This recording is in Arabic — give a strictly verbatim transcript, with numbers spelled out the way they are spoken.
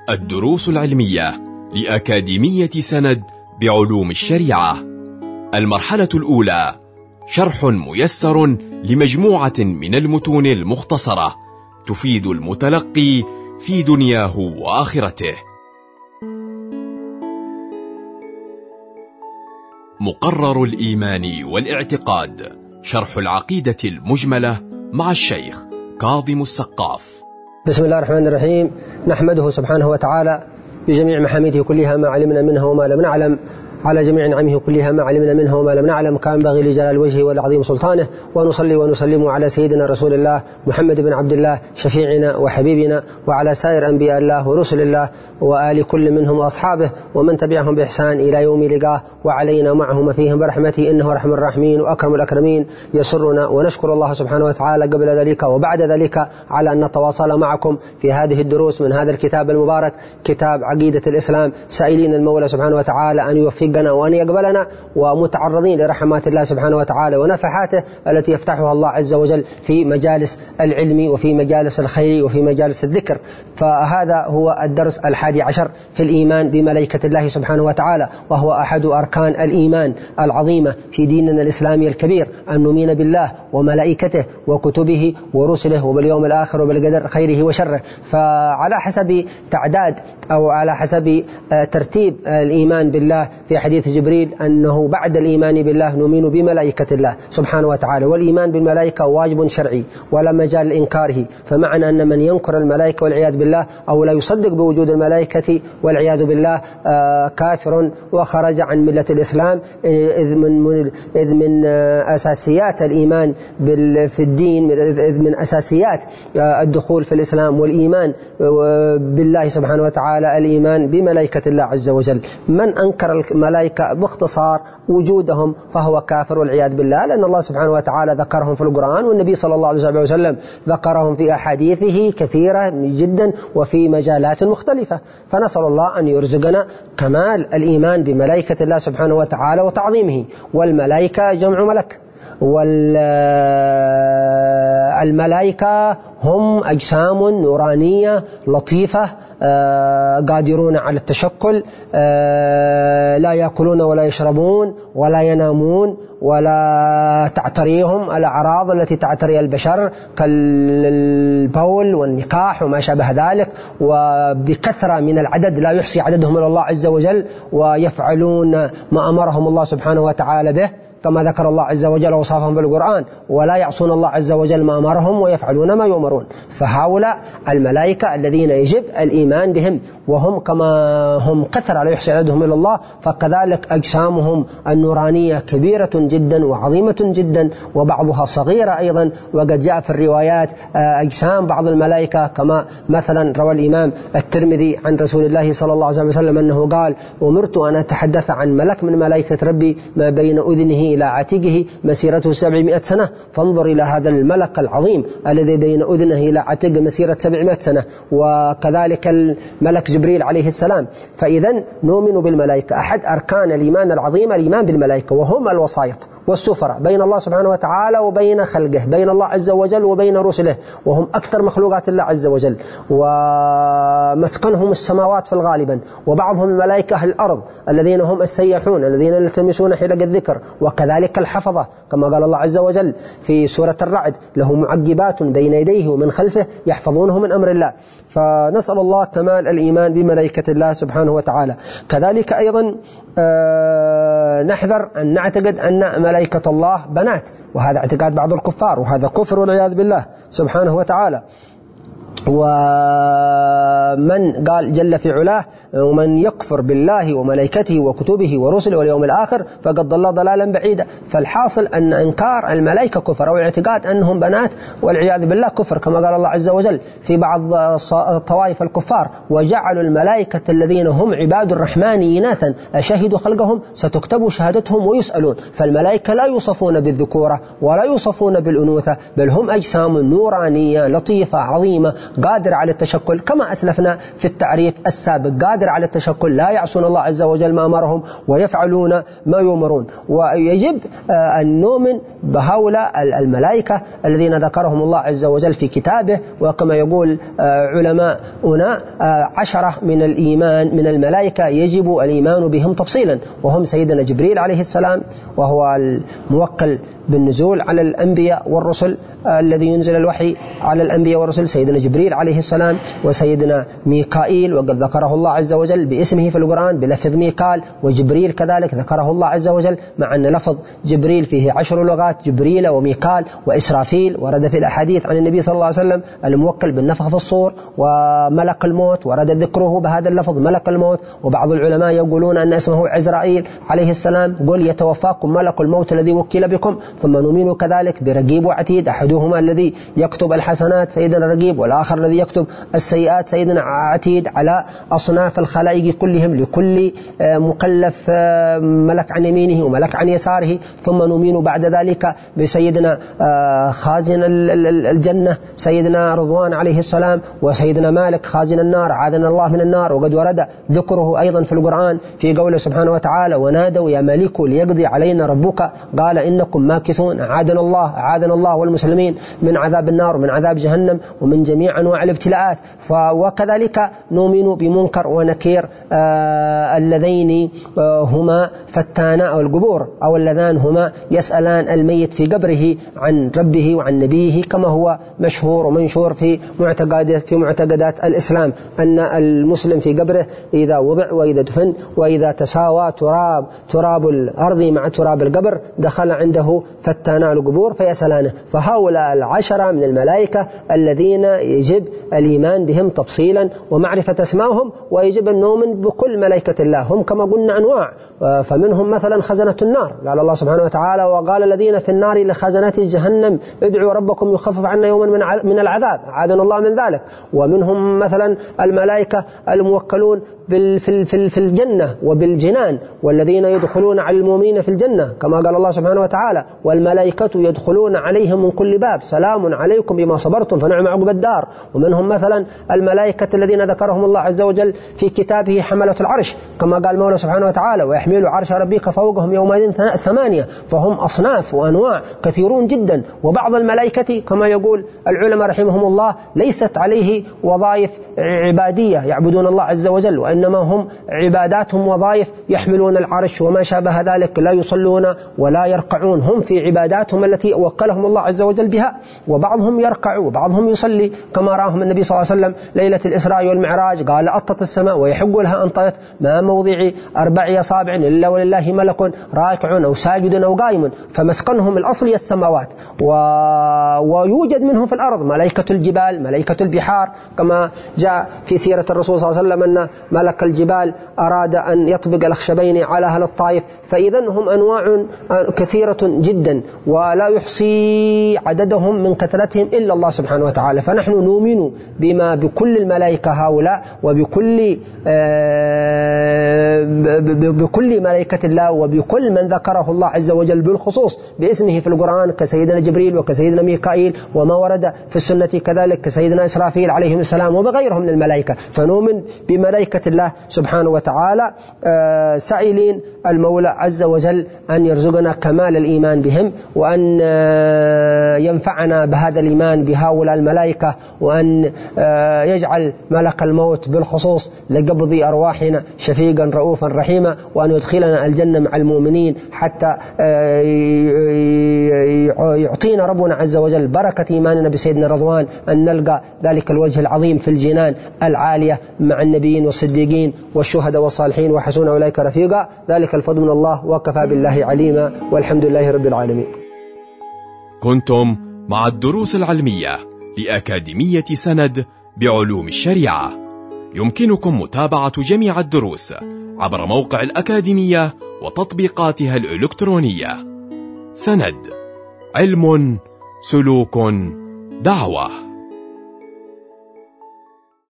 الدروس العلمية لأكاديمية سند بعلوم الشريعة. المرحلة الأولى: شرح ميسر لمجموعة من المتون المختصرة تفيد المتلقي في دنياه وآخرته. مقرر الإيمان والاعتقاد، شرح العقيدة المجملة مع الشيخ كاظم السقاف. بسم الله الرحمن الرحيم. نحمده سبحانه وتعالى بجميع محامده كلها ما علمنا منها وما لم نعلم، على جميع نعمه كلها ما علمنا منها وما لم نعلم، كان بغي لجلال وجهه والعظيم سلطانه، ونصلي ونسلم على سيدنا رسول الله محمد بن عبد الله شفيعنا وحبيبنا، وعلى سائر أنبياء الله ورسل الله وآل كل منهم وأصحابه ومن تبعهم بإحسان إلى يوم لقاه، وعلينا معهم فيهم برحمته إنه أرحم الراحمين وأكرم الأكرمين. يسرنا ونشكر الله سبحانه وتعالى قبل ذلك وبعد ذلك على أن نتواصل معكم في هذه الدروس من هذا الكتاب المبارك، كتاب عقيدة الإسلام، سائلين المولى سبحانه وتعالى أن يوفقنا وأن يقبلنا، ومتعرضين لرحمات الله سبحانه وتعالى ونفحاته التي يفتحها الله عز وجل في مجالس العلم وفي مجالس الخير وفي مجالس الذكر. فهذا هو الدرس الحادي عشر في الإيمان بملائكة الله سبحانه وتعالى، وهو أحد أركان الإيمان العظيمة في ديننا الإسلامي الكبير، أن نؤمن بالله وملائكته وكتبه ورسله وباليوم الآخر وبالقدر خيره وشره. فعلى حسب تعداد أو على حسب ترتيب الإيمان بالله في حديث جبريل أنه بعد الإيمان بالله نؤمن بملائكة الله سبحانه وتعالى، والإيمان بالملائكة واجب شرعي ولا مجال لإنكاره. فمعنى أن من ينكر الملائكة والعياذ بالله أو لا يصدق بوجود الملائكة والعياذ بالله كافر وخرج عن ملة الإسلام، إذ من إذ من أساسيات الإيمان في الدين، إذ من أساسيات الدخول في الإسلام والإيمان بالله سبحانه وتعالى الإيمان بملائكة الله عز وجل. من أنكر الملائكة باختصار وجودهم فهو كافر والعياذ بالله، لأن الله سبحانه وتعالى ذكرهم في القرآن، والنبي صلى الله عليه وسلم ذكرهم في أحاديثه كثيرة جدا وفي مجالات مختلفة. فنسأل الله أن يرزقنا كمال الإيمان بملائكة الله سبحانه وتعالى وتعظيمه. والملائكة جمع ملك، والملائكة هم أجسام نورانية لطيفة قادرون على التشكل، لا يأكلون ولا يشربون ولا ينامون ولا تعتريهم الأعراض التي تعتري البشر كالبول والنقاح وما شابه ذلك، وبكثرة من العدد لا يحصي عددهم إلا الله عز وجل، ويفعلون ما أمرهم الله سبحانه وتعالى به كما ذكر الله عز وجل وصفهم بالقرآن، ولا يعصون الله عز وجل ما أمرهم ويفعلون ما يؤمرون. فهؤلاء الملائكة الذين يجب الإيمان بهم، وهم كما هم كثرة لا يحصي عددهم إلا الله، فكذلك أجسامهم النورانية كبيرة جدا وعظيمة جدا، وبعضها صغيرة أيضا. وقد جاء في الروايات أجسام بعض الملائكة، كما مثلا روى الإمام الترمذي عن رسول الله صلى الله عليه وسلم أنه قال: أمرت أن أتحدث عن ملك من ملائكة ربي ما بين أذنه إلى عاتقه مسيرته سبعمائة سنة، فانظر إلى هذا الملك العظيم الذي بين أذنه إلى عاتقه مسيرة سبعمائة سنة. وكذلك الملك جبريل عليه السلام. فإذا نؤمن بالملائكة. أحد أركان الإيمان العظيم الإيمان بالملائكة، وهم الوسائط والسفراء بين الله سبحانه وتعالى وبين خلقه، بين الله عز وجل وبين رسله، وهم أكثر مخلوقات الله عز وجل، ومسكنهم السماوات في الغالبا، وبعضهم الملائكة أهل الأرض الذين هم السياحون الذين يلتمسون حلق الذكر، وكذلك الحفظة كما قال الله عز وجل في سورة الرعد: له معقبات بين يديه ومن خلفه يحفظونه من أمر الله. فنسأل الله كمال الإيمان بملائكة الله سبحانه وتعالى. كذلك أيضا آه نحذر أن نعتقد أن ملائكة الله بنات، وهذا اعتقاد بعض الكفار، وهذا كفر والعياذ بالله سبحانه وتعالى. ومن قال جل في علاه: ومن يكفر بالله وملائكته وكتبه ورسله واليوم الآخر فقد ضل ضلالا بعيدا. فالحاصل أن إنكار الملائكة كفر، أو اعتقاد أنهم بنات والعياذ بالله كفر، كما قال الله عز وجل في بعض طوائف الكفار: وجعلوا الملائكة الذين هم عباد الرحمن إناثا أشهدوا خلقهم ستكتب شهادتهم ويسألون. فالملائكة لا يوصفون بالذكورة ولا يوصفون بالأنوثة، بل هم أجسام نورانية لطيفة عظيمة قادر على التشكل كما أسلفنا في التعريف السابق، قادر على التشكل، لا يعصون الله عز وجل ما أمرهم ويفعلون ما يؤمرون. ويجب أن نؤمن بهؤلاء الملائكة الذين ذكرهم الله عز وجل في كتابه، وكما يقول علماؤنا عشرة من الإيمان من الملائكة يجب الإيمان بهم تفصيلا، وهم سيدنا جبريل عليه السلام وهو الموكل بالنزول على الأنبياء والرسل الذي ينزل الوحي على الأنبياء والرسل، سيدنا جبريل عليه السلام، وسيدنا ميكائيل وقد ذكره الله عز وجل باسمه في القرآن بلفظ ميكال، وجبريل كذلك ذكره الله عز وجل مع أن لفظ جبريل فيه عشر لغات، جبريل وميكال وإسرافيل، ورد في الأحاديث عن النبي صلى الله عليه وسلم الموكل بالنفخ في الصور، وملك الموت ورد ذكره بهذا اللفظ ملك الموت. وبعض العلماء يقولون أن اسمه عزرائيل عليه السلام، قل يتوفاكم ملك الموت الذي وكل بكم، ثم نؤمن كذلك برقيب وعتيد، أحدهما الذي يكتب الحسنات سيدنا رقيب، والآخر الذي يكتب السيئات سيدنا عتيد، على أصناف الخلائق كلهم، لكل مكلف ملك عن يمينه وملك عن يساره. ثم نؤمن بعد ذلك بسيدنا خازن الجنة سيدنا رضوان عليه السلام، وسيدنا مالك خازن النار عاذنا الله من النار، وقد ورد ذكره أيضا في القرآن في قوله سبحانه وتعالى ونادوا يا ملك ليقضي علينا ربك قال إنكم ماكثون، أعاذنا الله أعاذنا الله والمسلمين من عذاب النار ومن عذاب جهنم ومن جميع أنواع الابتلاءات. وكذلك نؤمن بمنكر ونكير آه اللذين آه هما فتانا القبور، أو اللذان هما يسألان الميت في قبره عن ربه وعن نبيه، كما هو مشهور ومنشور في معتقدات في معتقدات الإسلام أن المسلم في قبره إذا وضع وإذا دفن وإذا تساوى تراب تراب الأرض مع تراب القبر دخل عنده فتانا القبور فيسألانه. فهؤلاء العشرة من الملائكة الذين يجب الإيمان بهم تفصيلا ومعرفة اسمائهم، ويجب أن نؤمن بكل ملائكة الله. هم كما قلنا أنواع، فمنهم مثلا خزنة النار، قال الله سبحانه وتعالى وقال الذين في النار لخزنة جهنم ادعوا ربكم يخفف عنا يوما من العذاب عاذنا الله من ذلك. ومنهم مثلا الملائكة الموكلون في في الجنة وبالجنان، والذين يدخلون على المؤمنين في الجنة كما قال الله سبحانه وتعالى والملائكة يدخلون عليهم من كل باب سلام عليكم بما صبرتم فنعم عقبى الدار. ومنهم مثلا الملائكة الذين ذكرهم الله عز وجل في كتابه حملة العرش كما قال مولى سبحانه وتعالى ويحملوا عرش ربك فوقهم يومئذ ثمانية، فهم أصناف وأنواع كثيرون جدا. وبعض الملائكة كما يقول العلماء رحمهم الله ليست عليه وظائف عبادية يعبدون الله عز وجل، وإنما هم عباداتهم وظائف يحملون العرش وما شابه ذلك، لا يصلون ولا يركعون، هم في عباداتهم التي وكلهم الله عز وجل بها. وبعضهم يركع وبعضهم يصلي كما راهم النبي صلى الله عليه وسلم ليلة الإسراء والمعراج قال أطت السماء ويحق لها أنطيت ما موضع أربع أصابع إلا ولله ملك راكع أو ساجد أو قائم، فمسكنهم الأصلي السماوات. و... ويوجد منهم في الأرض ملائكة الجبال ملائكة البحار، كما جاء في سيرة الرسول صلى الله عليه وسلم أن ملك الجبال أراد أن يطبق الأخشبين على أهل الطائف. فإذا هم أنواع كثيرة جدا ولا يحصي عددهم من كثرتهم إلا الله سبحانه وتعالى. فنحن نؤمن بما بكل الملائكة هؤلاء وبكل بكل ملائكة الله وبكل من ذكره الله عز وجل بالخصوص باسمه في القرآن كسيدنا جبريل وكسيدنا ميكائيل، وما ورد في السنة كذلك كسيدنا إسرافيل عليهم السلام وبغيرهم من الملائكة. فنؤمن بملائكة الله سبحانه وتعالى سائلين المولى عز وجل أن يرزقنا كمال الإيمان بهم، وأن ينفعنا بهذا الإيمان بهؤلاء الملائكة، وأن يجعل ملك الموت بالخصوص لقبض أرواحنا شفيقا رؤوفا رحيما، وأن يدخلنا الجنة مع المؤمنين حتى يعطينا ربنا عز وجل بركة إيماننا بسيدنا رضوان أن نلقى ذلك الوجه العظيم في الجنان العالية مع النبيين والصديقين والشهداء والصالحين وحسن أولئك رفيقا. ذلك الفضل من الله وكفى بالله عليما، والحمد لله رب العالمين. كنتم مع الدروس العلمية لأكاديمية سند بعلوم الشريعة. يمكنكم متابعة جميع الدروس عبر موقع الأكاديمية وتطبيقاتها الإلكترونية. سند، علم، سلوك، دعوة.